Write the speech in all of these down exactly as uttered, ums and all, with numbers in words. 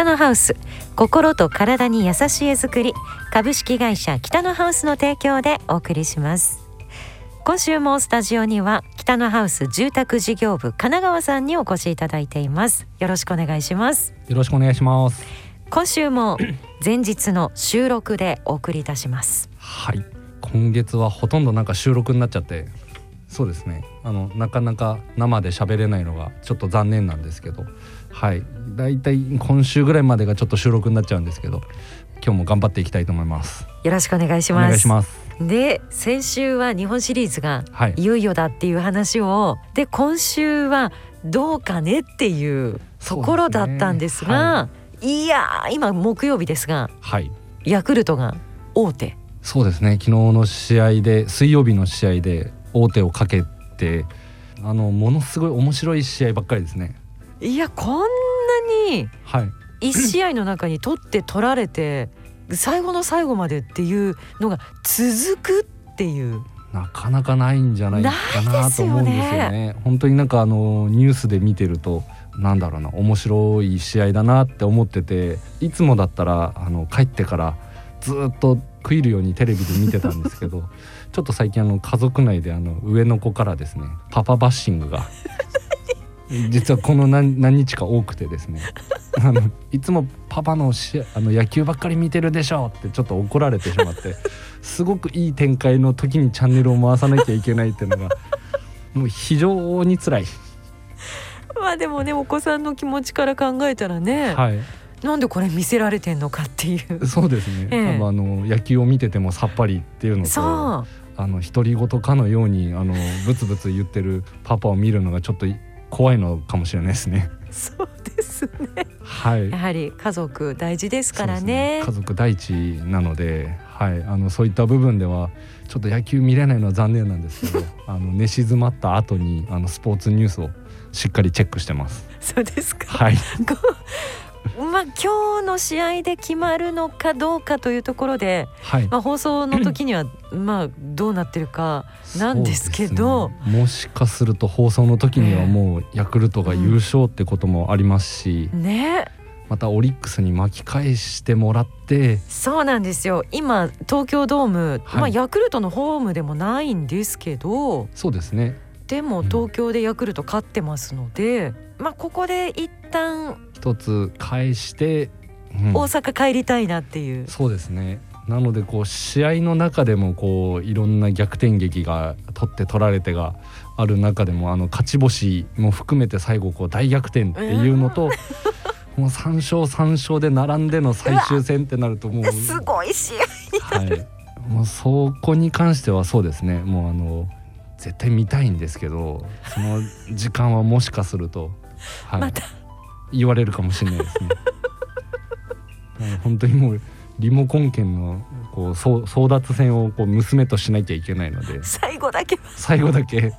北のハウス、心と体に優しい絵作り、株式会社北のハウスの提供でお送りします。今週もスタジオには北のハウス住宅事業部神奈川さんにお越しいただいています。よろしくお願いします。 よろしくお願いします。 今週も前日の収録でお送りいたします。 はい、今月はほとんどなんか収録になっちゃって、そうですね、あのなかなか生で喋れないのがちょっと残念なんですけど、はい、だいたい今週ぐらいまでがちょっと収録になっちゃうんですけど、今日も頑張っていきたいと思います。 よろしくお願いします。 お願いします。 で、先週は日本シリーズがはいいよいよだっていう話を、で今週はどうかねっていうところだったんですが、いやー、今木曜日ですが、 はい、 ヤクルトが王手。 そうですね、昨日の試合で、水曜日の試合で王手をかけて、あのものすごい面白い試合ばっかりですね。 いや、こんなにはいいち試合の中に取って取られて最後の最後までっていうのが続くっていう、 なかなかないんじゃないかなと思うんですよね。 ないですよね。 本当になんかあのニュースで見てると、なんだろうな、面白い試合だなって思ってて、いつもだったらあの帰ってからずっと食いるようにテレビで見てたんですけどちょっと最近あの家族内であの上の子からですね、パパバッシングが実はこの 何, 何日か多くてですねあのいつもパパのしあの野球ばっかり見てるでしょってちょっと怒られてしまって、すごくいい展開の時にチャンネルを回さなきゃいけないっていうのがもう非常に辛い。 まあでもね、お子さんの気持ちから考えたらね、 はい、 なんでこれ見せられてんのかっていう。 そうですね、 ええ、 多分あの野球を見ててもさっぱりっていうのと、 そう、 あの独り言かのようにあのブツブツ言ってるパパを見るのがちょっと怖いのかもしれないですね。 そうですね、 はい、 やはり家族大事ですからそうですね。 ね、家族第一なので、はい、あのそういった部分ではちょっと野球見れないのは残念なんですけどあの寝静まった後にあのスポーツニュースをしっかりチェックしてます。 そうですか。 はいまあ、今日の試合で決まるのかどうかというところで、 はい、 まあ、放送の時にはまあどうなってるかなんですけど、 ね、もしかすると放送の時にはもうヤクルトが優勝ってこともありますし、 うん、ね、 またオリックスに巻き返してもらって。 そうなんですよ、今東京ドーム、 はい、 まあ、ヤクルトのホームでもないんですけど、 そうですね、 でも東京でヤクルト勝ってますので、うん、まあ、ここで一旦一つ返して、うん、 大阪帰りたいなっていう。 そうですね、なのでこう試合の中でもこういろんな逆転劇が取って取られてがある中でも、あの勝ち星も含めて最後こう大逆転っていうのと、もうさん勝さん勝で並んでの最終戦ってなるともうすごい試合になる、 はい、もうそこに関してはそうですね、もうあの絶対見たいんですけど、その時間はもしかすると、はい、 また言われるかもしれないですねもう本当にもうリモコン券のこう争奪戦をこう娘としなきゃいけないので、 最後だけ最後だけ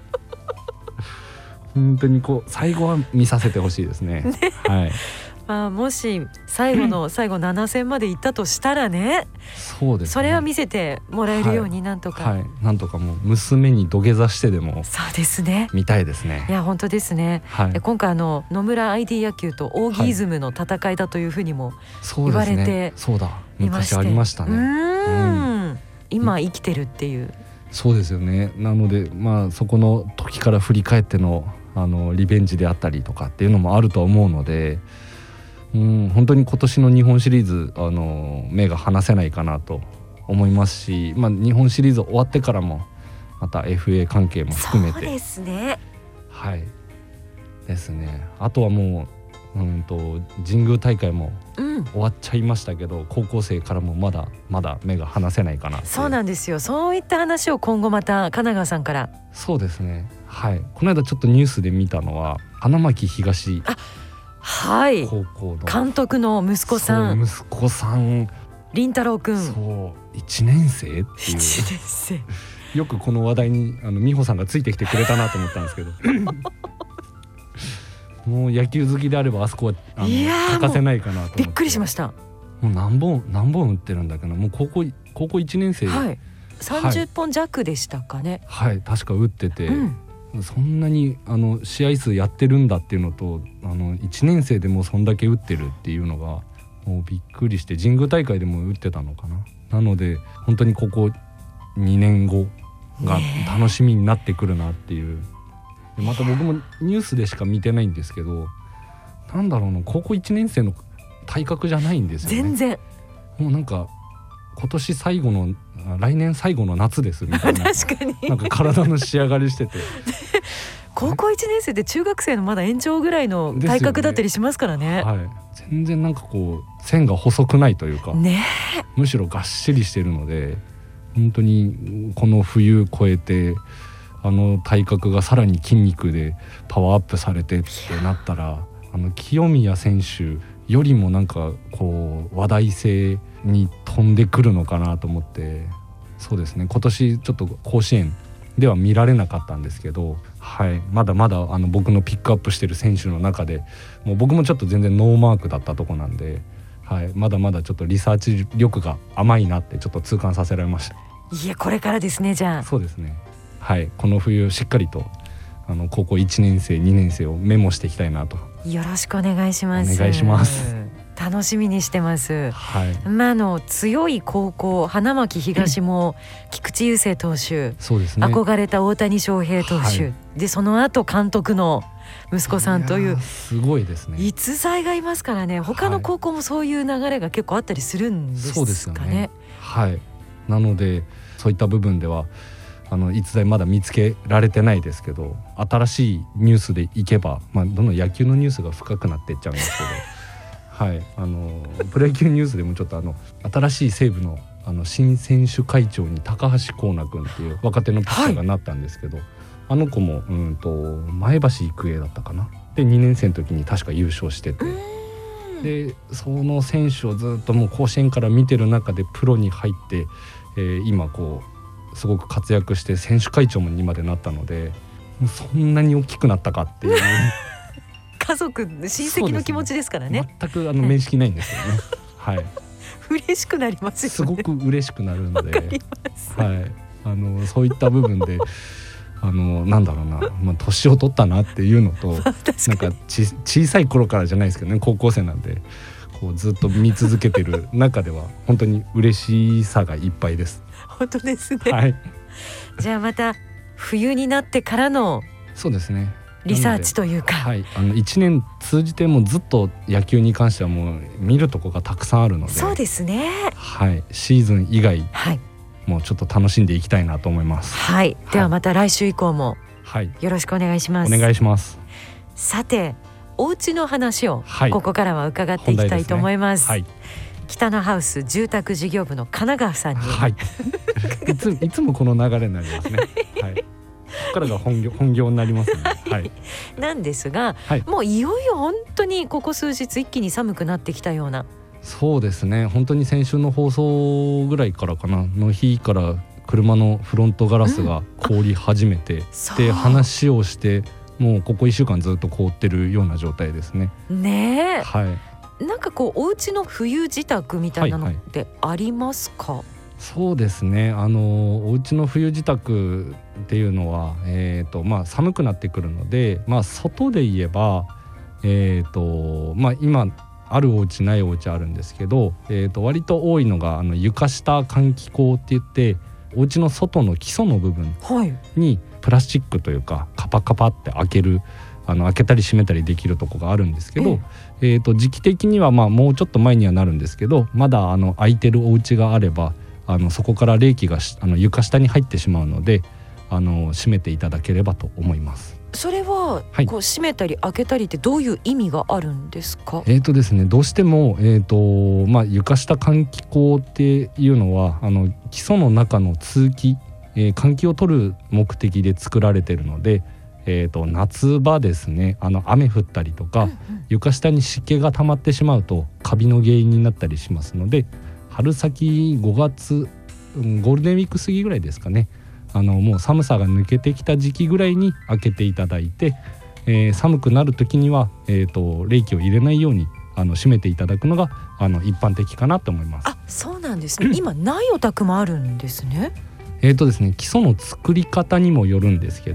本当にこう最後は見させてほしいですね。ね、はい、 まあ、もし最後の最後なな戦まで行ったとしたらね、 そうですね、 それは見せてもらえるようになんとか、 はいはい、なんとかもう娘に土下座してでもそうですね、 見たいですね。 いや本当ですね、はい、今回あの野村 アイディー 野球とオーギーズムの戦いだというふうにも言われてそうだ、昔ありましたね。 うーん、 うん、 今生きてるっていう。 そうですよね、なのでまあそこの時から振り返ってのあのリベンジであったりとかっていうのもあると思うので、うん、本当に今年の日本シリーズあの目が離せないかなと思いますし、まあ、日本シリーズ終わってからもまた エフエー 関係も含めて、 そうですね、 はいですね、あとはもう、うんと神宮大会も終わっちゃいましたけど、うん、高校生からもまだまだ目が離せないかなって。そうなんですよ、そういった話を今後また神奈川さんから。 そうですね、はい、この間ちょっとニュースで見たのは花巻東高校の監督の息子さん、 息子さん凛太郎くん、 そういちねん生っていういちねん生よくこの話題にあの美穂さんがついてきてくれたなと思ったんですけどもう野球好きであればあそこはあの欠かせないかなと思って。 びっくりしました。 もう何本何本打ってるんだけど、もう高校高校いちねん生で、 はい、さんじゅっぽん弱でしたかね。 はい、はい、確か打ってて、 うん、 そんなにあの試合数やってるんだっていうのと、あのいちねん生でもそんだけ打ってるっていうのがもうびっくりして、神宮大会でも打ってたのかな。なので本当にここにねんごが楽しみになってくるなっていう、でまた僕もニュースでしか見てないんですけど、なんだろうな、高校いちねん生の体格じゃないんですよね。 全然もうなんか今年最後の来年最後の夏ですみたいな確かになんか体の仕上がりしてて高校いちねん生で中学生のまだ延長ぐらいの体格だったりしますからね。 はい、全然なんかこう線が細くないというか、 ね、 むしろがっしりしてるので、本当にこの冬越えてあの体格がさらに筋肉でパワーアップされてってなったら、あの清宮選手よりもなんかこう話題性に飛んでくるのかなと思って、そうですね、今年ちょっと甲子園では見られなかったんですけど、はい、まだまだあの僕のピックアップしてる選手の中でもう僕もちょっと全然ノーマークだったとこなんで、はい、まだまだちょっとリサーチ力が甘いなってちょっと痛感させられました。 いやこれからですね。じゃあそうですね、はい、この冬しっかりとあの高校いちねん生にねん生をメモしていきたいなと。 よろしくお願いします。 お願いします。 楽しみにしてます、 はい。 まあ、あの強い高校花巻東も菊池雄星投手、 そうですね、 憧れた大谷翔平投手、はい、でその後監督の息子さんというすごいですね、 逸材がいますからね。他の高校もそういう流れが結構あったりするんですかね。 そうですよね、はい、なのでそういった部分ではあの逸材まだ見つけられてないですけど、新しいニュースでいけば、まあ、どんどん野球のニュースが深くなっていっちゃうんですけどはい、あのプロ野球ニュースでもちょっとあの新しい西武 の, あの新選手会長に高橋光成君っていう若手のピッチャーがなったんですけど、はい、あの子もうんと前橋育英だったかなでにねん生の時に確か優勝してて、でその選手をずっともう甲子園から見てる中でプロに入って、えー、今こうすごく活躍して選手会長にまでなったので、もうそんなに大きくなったかっていう家族親戚の気持ちですからね。 ね、全くあの面識ないんですよねはい、 嬉しくなりますよね。 すごく嬉しくなるので、 わかります、 はい、あのそういった部分であのなんだろうな、まあ、年を取ったなっていうのとなんかち小さい頃からじゃないですけどね、高校生なんでこうずっと見続けてる中では本当に嬉しさがいっぱいです。 本当ですね、 はい、 じゃあまた冬になってからのそうですねリサーチというか、 はい、あのいちねん通じてもずっと野球に関してはもう見るとこがたくさんあるので、 そうですね、 はい、シーズン以外、はい、もうちょっと楽しんでいきたいなと思います。 はい、ではまた来週以降もよろしくお願いします。 はい、お願いします。 さてお家の話をここからは伺っていきたいと思います。はい、北のハウス住宅事業部の金川さんに、 はい、い, ついつもこの流れになりますね。はい、ここからが本業、本業になりますね。はい、 なんですが、 はい、 もういよいよ本当にここ数日一気に寒くなってきたような。 そうですね、本当に先週の放送ぐらいからかなの日から車のフロントガラスが凍り始めて、うん、で話をしてもうここいっしゅうかんずっと凍ってるような状態ですね。 ねえ、 はい、 なんかこうお家の冬支度みたいなのってありますか？はいはい、 そうですね、あのお家の冬支度っていうのは、えーとまあ、寒くなってくるので、まあ、外で言えば、えーとまあ、今あるお家ないお家あるんですけど、えーと割と多いのがあの床下換気口って言ってお家の外の基礎の部分にプラスチックというかカパカパって開けるあの開けたり閉めたりできるとこがあるんですけど、えーと時期的にはまあもうちょっと前にはなるんですけど、まだあの開いてるお家があればあのそこから冷気があの床下に入ってしまうのであの閉めていただければと思います。 それは、はい、こう閉めたり開けたりってどういう意味があるんですか？ えーとですね、どうしても、えーとまあ、床下換気口っていうのはあの基礎の中の通気、えー、換気を取る目的で作られているので、えーと夏場ですね、あの雨降ったりとか、うんうん、床下に湿気が溜まってしまうとカビの原因になったりしますので、春先ごがつ、うん、ゴールデンウィーク過ぎぐらいですかね、あのもう寒さが抜けてきた時期ぐらいに開けていただいて、えー、寒くなる時には、えーと、冷気を入れないようにあの閉めていただくのがあの一般的かなと思います。 あ、そうなんですね。今ないお宅もあるんですね。 えーとですね、基礎の作り方にもよるんですけど、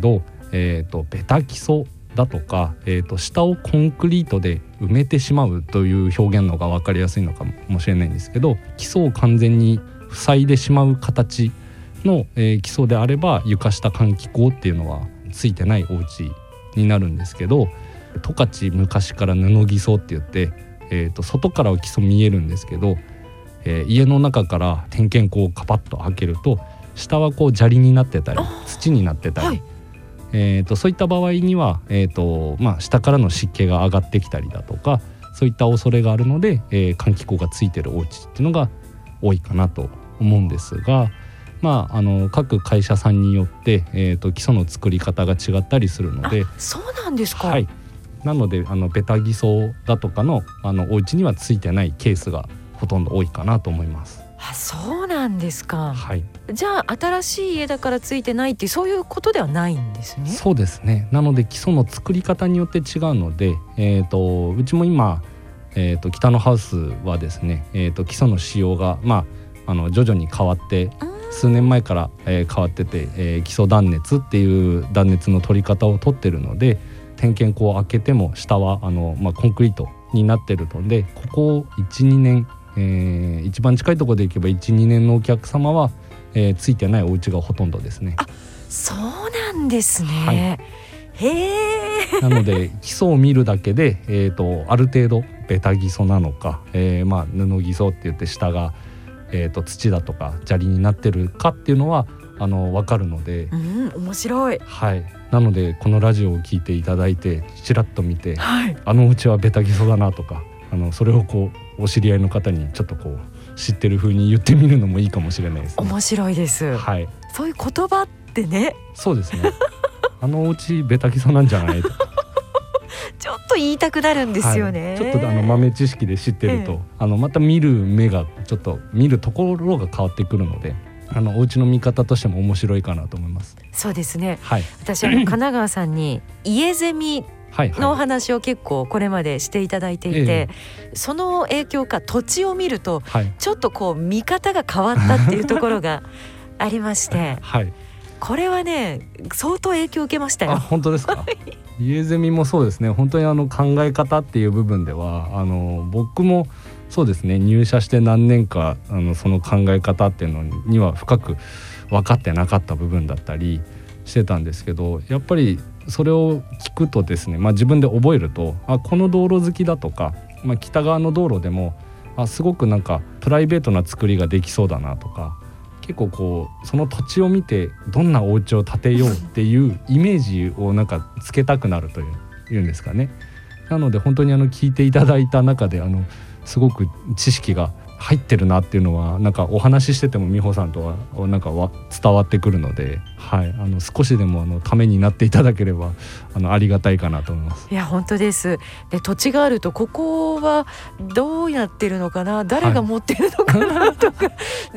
えー、とベタ基礎だとか、えー、と下をコンクリートで埋めてしまうという表現の方が分かりやすいのかもしれないんですけど、基礎を完全に塞いでしまう形の、えー、基礎であれば床下換気口っていうのはついてないお家になるんですけど、十勝昔から布基礎って言って、えー、と外からは基礎見えるんですけど、えー、家の中から点検口をカパッと開けると下はこう砂利になってたり土になってたり、はい、えー、とそういった場合には、えーとまあ、下からの湿気が上がってきたりだとかそういった恐れがあるので、えー、換気口がついてるお家っていうのが多いかなと思うんですが、まあ、あの各会社さんによって、えー、と基礎の作り方が違ったりするので。 そうなんですか。 はい、なのであのベタ基礎だとかの、あのお家にはついてないケースがほとんど多いかなと思います。 あ、そうなんですか。 はい、 じゃあ新しい家だからついてないっていうそういうことではないんですね。 そうですね。なので基礎の作り方によって違うので、えー、とうちも今、えー、と北のハウスはですね、えー、と基礎の仕様が、まあ、あの徐々に変わって数年前から、えー、変わってて、えー、基礎断熱っていう断熱の取り方を取ってるので、点検口を開けても下はあの、まあ、コンクリートになってるので、ここ いちにねん、えー、一番近いところでいけば いちにねんのお客様は、えー、ついてないお家がほとんどですね。 あ、そうなんですね。 はい、 へー。 なので基礎を見るだけで、えー、とある程度ベタ基礎なのか、えーまあ、布基礎って言って下が、えー、と土だとか砂利になってるかっていうのはあの分かるので、 うん、面白い。 はい、なのでこのラジオを聞いていただいてちらっと見て、 はい、 あのうちはベタ基礎だなとか、あのそれをこうお知り合いの方にちょっとこう知ってる風に言ってみるのもいいかもしれないですね。 面白いです、 はい、 そういう言葉ってね。 そうですねあのお家ベタ基礎なんじゃないとかちょっと言いたくなるんですよね、 はい、ちょっとあの豆知識で知ってると、ええ、あのまた見る目がちょっと見るところが変わってくるので、あのお家の見方としても面白いかなと思います。 そうですね、 はい、 私は神奈川さんに家ゼミのお話を結構これまでしていただいていて、ええ、その影響か土地を見るとちょっとこう見方が変わったっていうところがありまして、はい、これはね相当影響を受けましたよ。 あ、本当ですか家ゼミもそうですね。本当にあの考え方っていう部分ではあの僕もそうですね、入社して何年かあのその考え方っていうのには深く分かってなかった部分だったりしてたんですけど、やっぱりそれを聞くとですね、まあ、自分で覚えると、あ、この道路好きだとか、まあ、北側の道路でもあすごくなんかプライベートな作りができそうだなとか、結構こうその土地を見てどんなお家を建てようっていうイメージをなんかつけたくなるという、いうんですかね。なので本当にあの聞いていただいた中であのすごく知識が入ってるなっていうのはなんかお話ししてても美穂さんとはなんかは伝わってくるので、はい、あの少しでもあのためになっていただければあのありがたいかなと思います。 いや本当です。で土地があるとここはどうやってるのかな、誰が持ってるのかなとか、はい、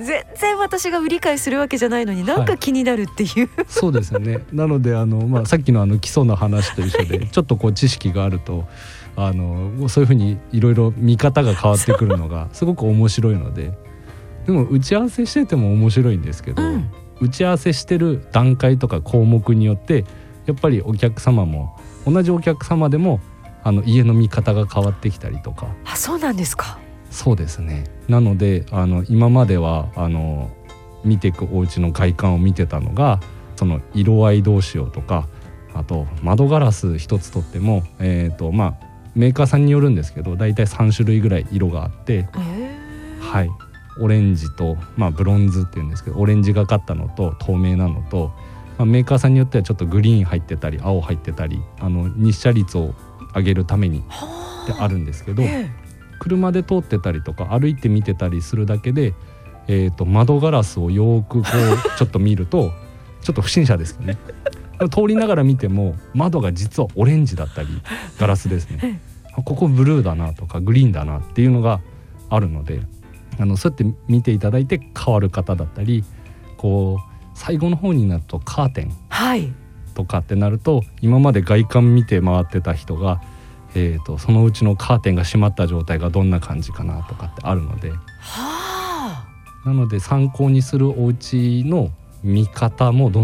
全然私が理解するわけじゃないのになんか気になるっていう、はい、 そうですよね。なのであの、まあ、さっきのあの基礎の話と一緒でちょっとこう知識があるとあのそういうふうにいろいろ見方が変わってくるのがすごく面白いので、でも打ち合わせしてても面白いんですけど、うん、打ち合わせしてる段階とか項目によってやっぱりお客様も同じお客様でもあの家の見方が変わってきたりとか。 あ、そうなんですか。 そうですね。なのであの今まではあの見ていくお家の外観を見てたのが、その色合いどうしようとか、あと窓ガラス一つとっても、えーとまあメーカーさんによるんですけどだいたいさん種類ぐらい色があって、はい、オレンジと、まあ、ブロンズっていうんですけどオレンジがかったのと透明なのと、まあ、メーカーさんによってはちょっとグリーン入ってたり青入ってたり、あの日射率を上げるためにってあるんですけど、車で通ってたりとか歩いて見てたりするだけで、えーと窓ガラスをよくこうちょっと見るとちょっと不審者ですけどね通りながら見ても窓が実はオレンジだったりガラスですねここブルーだなとかグリーンだなっていうのがあるので、あのそうやって見ていただいて変わる方だったり、こう最後の方になるとカーテンとかってなると、はい、今まで外観見て回ってた人が、えーと、そのうちのカーテンが閉まった状態がどんな感じかなとかってあるので、はあ、なので参考にするお家の見方もどんどん変わ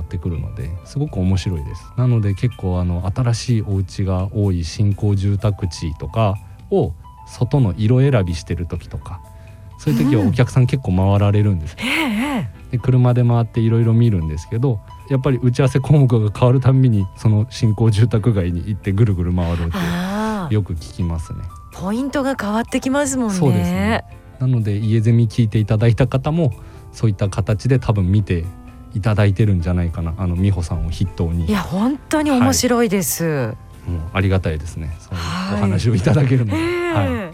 ってくるのですごく面白いです。なので結構あの新しいお家が多い新興住宅地とかを外の色選びしてる時とか、そういう時はお客さん結構回られるんです、うん、で車で回っていろいろ見るんですけど、やっぱり打ち合わせ項目が変わるたびにその新興住宅街に行ってぐるぐる回るってよく聞きますね。 ポイントが変わってきますもんね。 そうですね。なので家ゼミ聞いていただいた方もそういった形で多分見ていただいてるんじゃないかな、あの美穂さんを筆頭に。 いや本当に面白いです、はい、 もうありがたいですね、そういうお話をいただけるので、はいはい、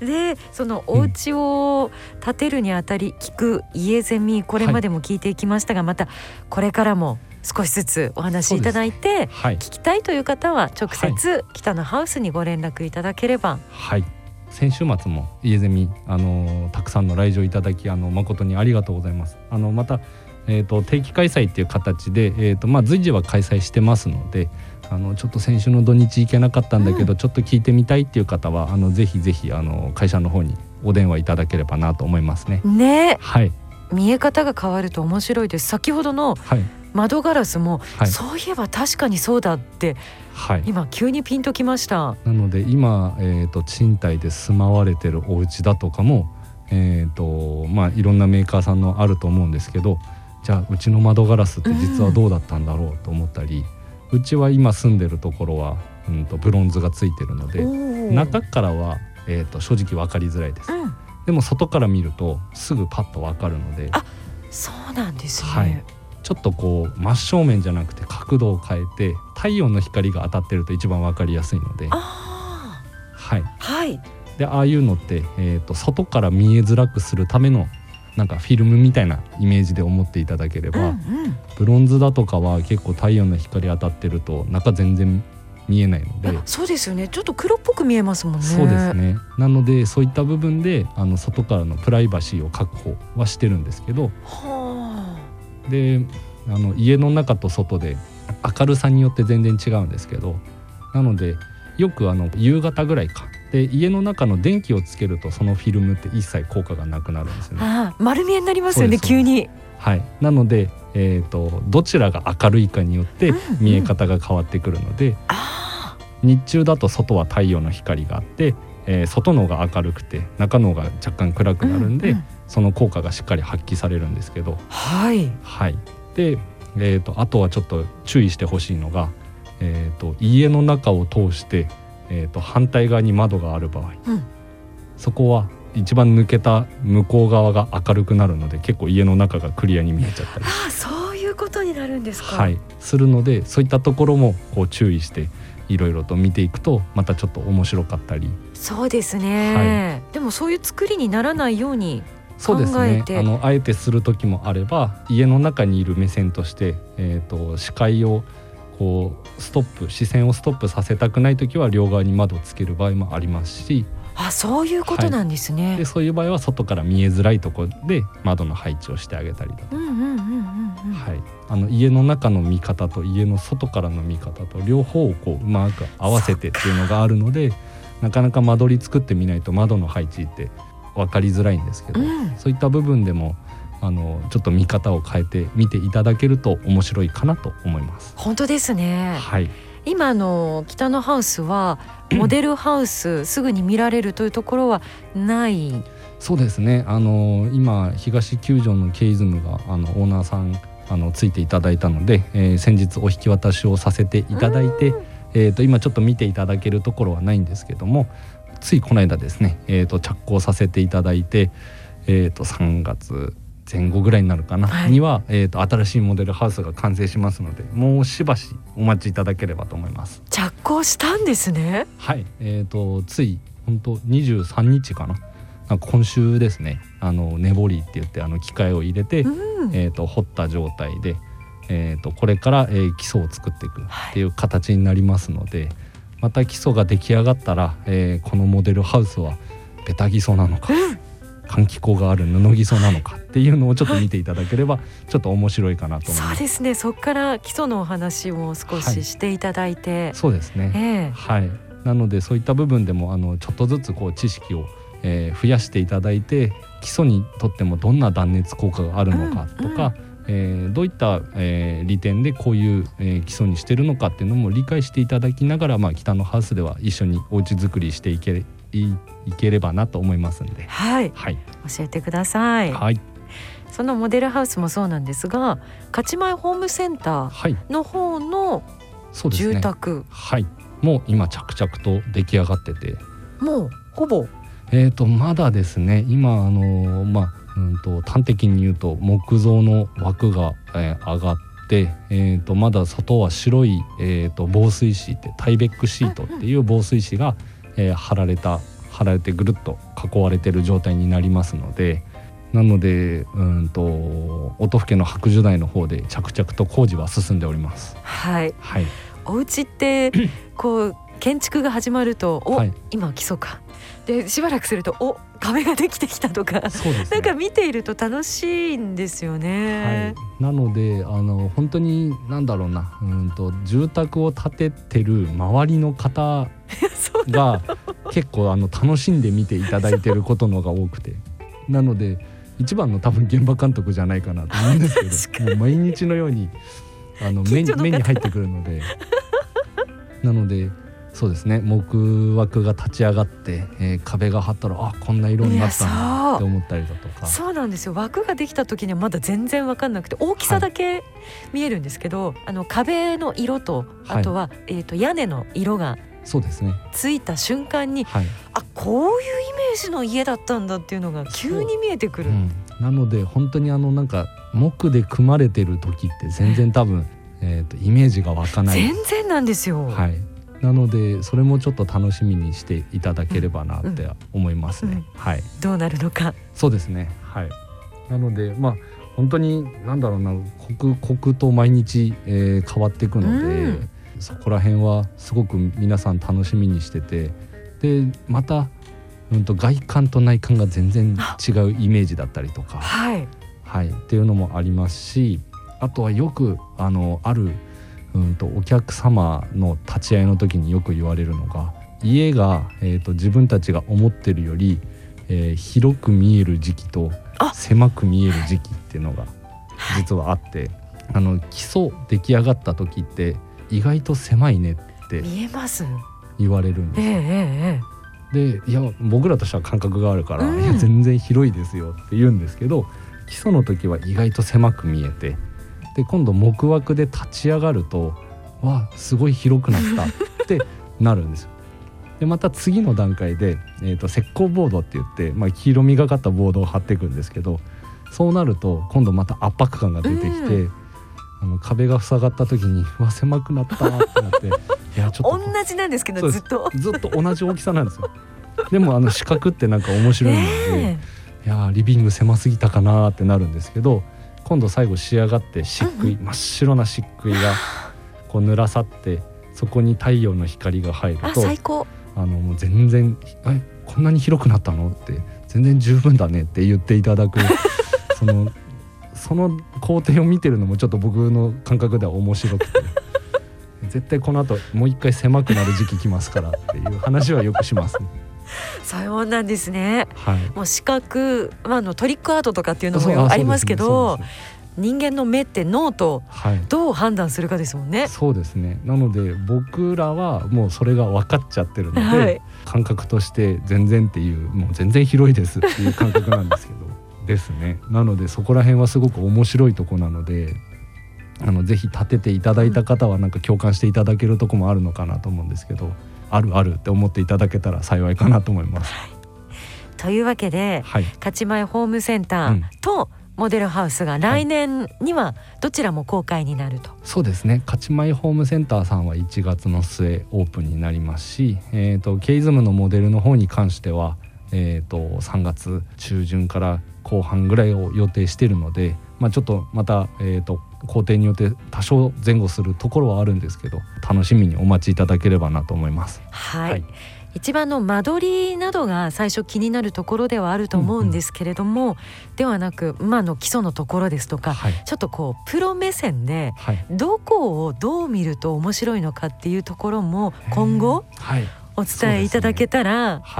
でそのお家を建てるにあたり聞く家ゼミ、これまでも聞いていきましたが、はい、またこれからも少しずつお話しいただいて、はい、聞きたいという方は直接北のハウスにご連絡いただければ。 はい、先週末も家ゼミあのたくさんの来場いただきあの誠にありがとうございます。あのまた、えー、と定期開催っていう形で、えーとまあ、随時は開催してますので、あのちょっと先週の土日行けなかったんだけど、うん、ちょっと聞いてみたいっていう方はあのぜひぜひあの会社の方にお電話いただければなと思いますね。 ね、 はい、 見え方が変わると面白いです。先ほどの窓ガラスも、はい、そういえば確かにそうだって、はい、今急にピンときました。 なので今、えーと、賃貸で住まわれてるお家だとかも、えーとまあ、いろんなメーカーさんのあると思うんですけど、じゃあうちの窓ガラスって実はどうだったんだろうと思ったり、うん、うちは今住んでるところは、うん、とブロンズがついてるので中からは、えーと、正直分かりづらいです、うん、でも外から見るとすぐパッと分かるので。 あ、そうなんですね、 はい、ちょっとこう真正面じゃなくて角度を変えて太陽の光が当たってると一番分かりやすいので、 あ、 はい、 はい、 でああいうのって、えーと、外から見えづらくするためのなんかフィルムみたいなイメージで思っていただければ、うんうん、ブロンズだとかは結構太陽の光当たってると中全然見えないので。 そうですよね、ちょっと黒っぽく見えますもんね。 そうですね。なのでそういった部分であの外からのプライバシーを確保はしてるんですけど、はあ、であの家の中と外で明るさによって全然違うんですけど、なのでよくあの夕方ぐらいかで家の中の電気をつけるとそのフィルムって一切効果がなくなるんですよね。 ああ、丸見えになりますよね、急に。 はい、なので、えーと、どちらが明るいかによって見え方が変わってくるので、うんうん、あ、日中だと外は太陽の光があって、えー、外の方が明るくて中の方が若干暗くなるんで、うんうん、その効果がしっかり発揮されるんですけど、 はい、はい、 で、えーと、あとはちょっと注意してほしいのが、えーと、家の中を通して、えーと、反対側に窓がある場合、うん、そこは一番抜けた向こう側が明るくなるので結構家の中がクリアに見えちゃったり。 ああ、そういうことになるんですか。 はい、するのでそういったところもこう注意していろいろと見ていくとまたちょっと面白かったり。 そうですね、はい、でもそういう作りにならないように考えて。そうですね、あのあえてする時もあれば家の中にいる目線として、えーと、視界をこうストップ視線をストップさせたくない時は両側に窓をつける場合もありますし。 あ、そういうことなんですね、 はい、でそういう場合は外から見えづらいところで窓の配置をしてあげたりだとか、 うんうんうんうんうん、 はい、あの家の中の見方と家の外からの見方と両方をこううまく合わせてっていうのがあるので、なかなか間取り作ってみないと窓の配置って分かりづらいんですけど、うん、そういった部分でもあのちょっと見方を変えて見ていただけると面白いかなと思います。 本当ですね、 はい、 今の北のハウスはモデルハウスすぐに見られるというところはない。 そうですね、あの今東九条のケイズムがあのオーナーさんあのついていただいたので、えー、先日お引き渡しをさせていただいて、えー、と今ちょっと見ていただけるところはないんですけども、ついこの間ですね、えー、と着工させていただいて、えー、とさんがつぜん後ぐらいになるかな、はい、には、えー、と新しいモデルハウスが完成しますので、もうしばしお待ちいただければと思います。 着工したんですね。 はい、えー、とつい本当にじゅうさんにちかな、なんか今週ですね、あの根掘りって言ってあの機械を入れて、うん、えー、と掘った状態で、えー、とこれから、えー、基礎を作っていくっていう形になりますので、はい、また基礎が出来上がったら、えー、このモデルハウスはベタ基礎なのか、うん、換気口がある布基礎なのかっていうのをちょっと見ていただければちょっと面白いかなと思います。 そうですね、そこから基礎のお話も少ししていただいて、 はい、そうですね、えーはい、なのでそういった部分でもあのちょっとずつこう知識を、えー、増やしていただいて、基礎にとってもどんな断熱効果があるのかとか、うんうん、 えー、どういった、えー、利点でこういう、えー、基礎にしてるのかっていうのも理解していただきながら、まあ、北のハウスでは一緒にお家作りしていけ、い、いければなと思いますんで、 はい、 はい、 教えてください。 はい、 そのモデルハウスもそうなんですが、勝前ホームセンターの方の住宅、 はい、ね、はい、もう今着々と出来上がってて、 もうほぼえーとまだですね、今あのまあうんと端的に言うと木造の枠が、えー、上がって、えー、とまだ外は白い、えー、と防水紙ってタイベックシートっていう防水紙が、えー、貼られた貼られてぐるっと囲われている状態になりますので、なのでうんと音更の白樹台の方で着々と工事は進んでおります。 はい、 はい、 お家ってこう建築が始まるとお、はい、今基礎かでしばらくするとお壁ができてきたとか、そうですね、なんか見ていると楽しいんですよね。 はい、なのであの本当になんだろうな、うんと住宅を建ててる周りの方が結構あの楽しんで見ていただいてることのが多くてなので一番の多分現場監督じゃないかなと思うんですけどもう毎日のようにあの 目, 目に入ってくるのでなのでそうですね、木枠が立ち上がって、えー、壁が張ったらあこんな色になったなって思ったりだとか。 そうなんですよ。枠ができた時にはまだ全然分かんなくて大きさだけ見えるんですけど、はい、あの壁の色とあとは、はい、えー、と屋根の色がついた瞬間に、はい、あこういうイメージの家だったんだっていうのが急に見えてくる、うん、 なので本当にあのなんか木で組まれてる時って全然多分、えー、とイメージが湧かない。 全然なんですよ。 はい、なのでそれもちょっと楽しみにしていただければなって思いますね、うんうん、はい、 どうなるのか。 そうですね、はい、なのでまあ本当になんだろうな刻々と毎日、えー、変わっていくので、うん、そこら辺はすごく皆さん楽しみにしてて、でまた、うん、と外観と内観が全然違うイメージだったりとか、 はいはい、っていうのもありますし、あとはよくあのあるうんとお客様の立ち会いの時によく言われるのが、家が、えー、と自分たちが思ってるより、えー、広く見える時期と狭く見える時期っていうのが実はあって、あの基礎出来上がった時って意外と狭いねって見えます言われるんですよ、 えー、 でいや僕らとしては感覚があるから、うん、いや全然広いですよって言うんですけど、基礎の時は意外と狭く見えて、で今度木枠で立ち上がるとわあすごい広くなったってなるんですよ。でまた次の段階で、えーと、石膏ボードって言って、まあ、黄色みがかったボードを貼っていくんですけど、そうなると今度また圧迫感が出てきて、うん、あの壁が塞がった時にわ狭くなったってなっていやちょっと同じなんですけどずっとずっと同じ大きさなんですよ。でもあの四角ってなんか面白いので、えー、いやリビング狭すぎたかなってなるんですけど、今度最後仕上がって漆喰、うん、真っ白な漆喰がこう濡らさってそこに太陽の光が入ると、 あ最高、 あのもう全然えこんなに広くなったのって全然十分だねって言っていただくそのその工程を見てるのもちょっと僕の感覚では面白くて絶対この後もう一回狭くなる時期来ますからっていう話はよくしますね。 そうなんですね、 はい、 もう視覚、まあ、のトリックアートとかっていうのもありますけど、人間の目って脳とどう判断するかですもんね、はい、 そうですね。なので僕らはもうそれが分かっちゃってるので、はい、感覚として全然っていうもう全然広いですっていう感覚なんですけどですね。なのでそこら辺はすごく面白いとこなので、あのぜひ立てていただいた方はなんか共感していただけるとこもあるのかなと思うんですけど、あるあるって思っていただけたら幸いかなと思います、はい、 というわけで、はい、勝前ホームセンターとモデルハウスが来年にはどちらも公開になると、はい、 そうですね。勝前ホームセンターさんはいちがつの末オープンになりますし、えーと、ケイズムのモデルの方に関しては、えーと、さんがつ中旬から後半ぐらいを予定しているので、まあ、ちょっとまた、えーと工程によって多少前後するところはあるんですけど、楽しみにお待ちいただければなと思います。 はい、はい、一番の間取りなどが最初気になるところではあると思うんですけれども、うんうん、ではなく、まあ、の基礎のところですとか、はい、ちょっとこうプロ目線でどこをどう見ると面白いのかっていうところも今後お伝えいただけたら、はい、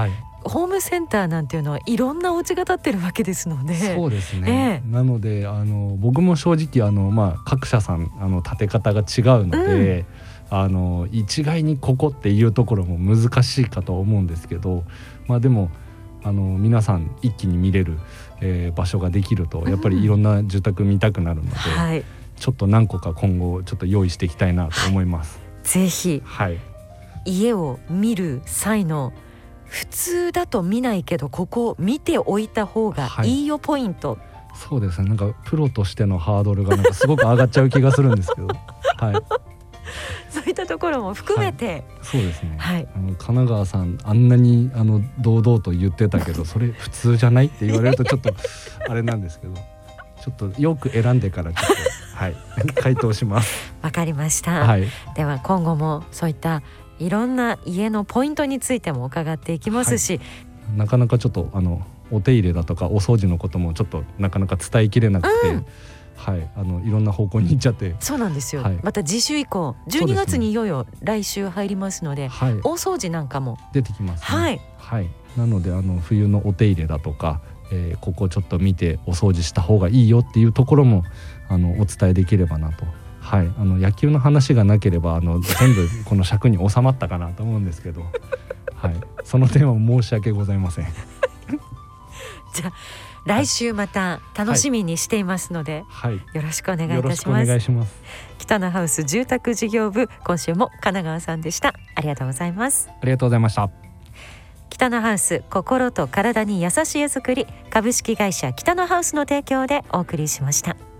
ホームセンターなんていうのはいろんなお家が建ってるわけですので。 そうですね、えー、なのであの僕も正直あの、まあ、各社さんあの建て方が違うので、うん、あの一概にここっていうところも難しいかと思うんですけど、まあ、でもあの皆さん一気に見れる、えー、場所ができるとやっぱりいろんな住宅見たくなるので、うんはい、ちょっと何個か今後ちょっと用意していきたいなと思います。 ぜひ、 はい、 家を見る際の普通だと見ないけどここを見ておいた方がいいよポイント、はい、 そうですね、なんかプロとしてのハードルがなんかすごく上がっちゃう気がするんですけどはい、 そういったところも含めて、 はい、そうですね、 はい、 あの神奈川さんあんなにあの堂々と言ってたけどそれ普通じゃないって言われるとちょっとあれなんですけどちょっとよく選んでからちょっとはい回答します。 わかりました、 はい、 では今後もそういったいろんな家のポイントについても伺っていきますし、はい、 なかなかちょっとあのお手入れだとかお掃除のこともちょっとなかなか伝えきれなくて、うんはい、あのいろんな方向に行っちゃってそうなんですよ、はい、また次週以降じゅうにがつにいよいよ来週入りますので、はい、大掃除なんかも出てきますね、 はいはい、なのであの冬のお手入れだとか、えー、ここちょっと見てお掃除した方がいいよっていうところもあのお伝えできればなと。はい、あの野球の話がなければあの全部この尺に収まったかなと思うんですけど、はい、その点は申し訳ございませんじゃあ来週また楽しみにしていますので、はい、よろしくお願いいたします。よろしくお願いします。北のハウス住宅事業部、今週も神奈川さんでした。ありがとうございます。 ありがとうございました。 北のハウス、心と体に優しい家づくり、株式会社北のハウスの提供でお送りしました。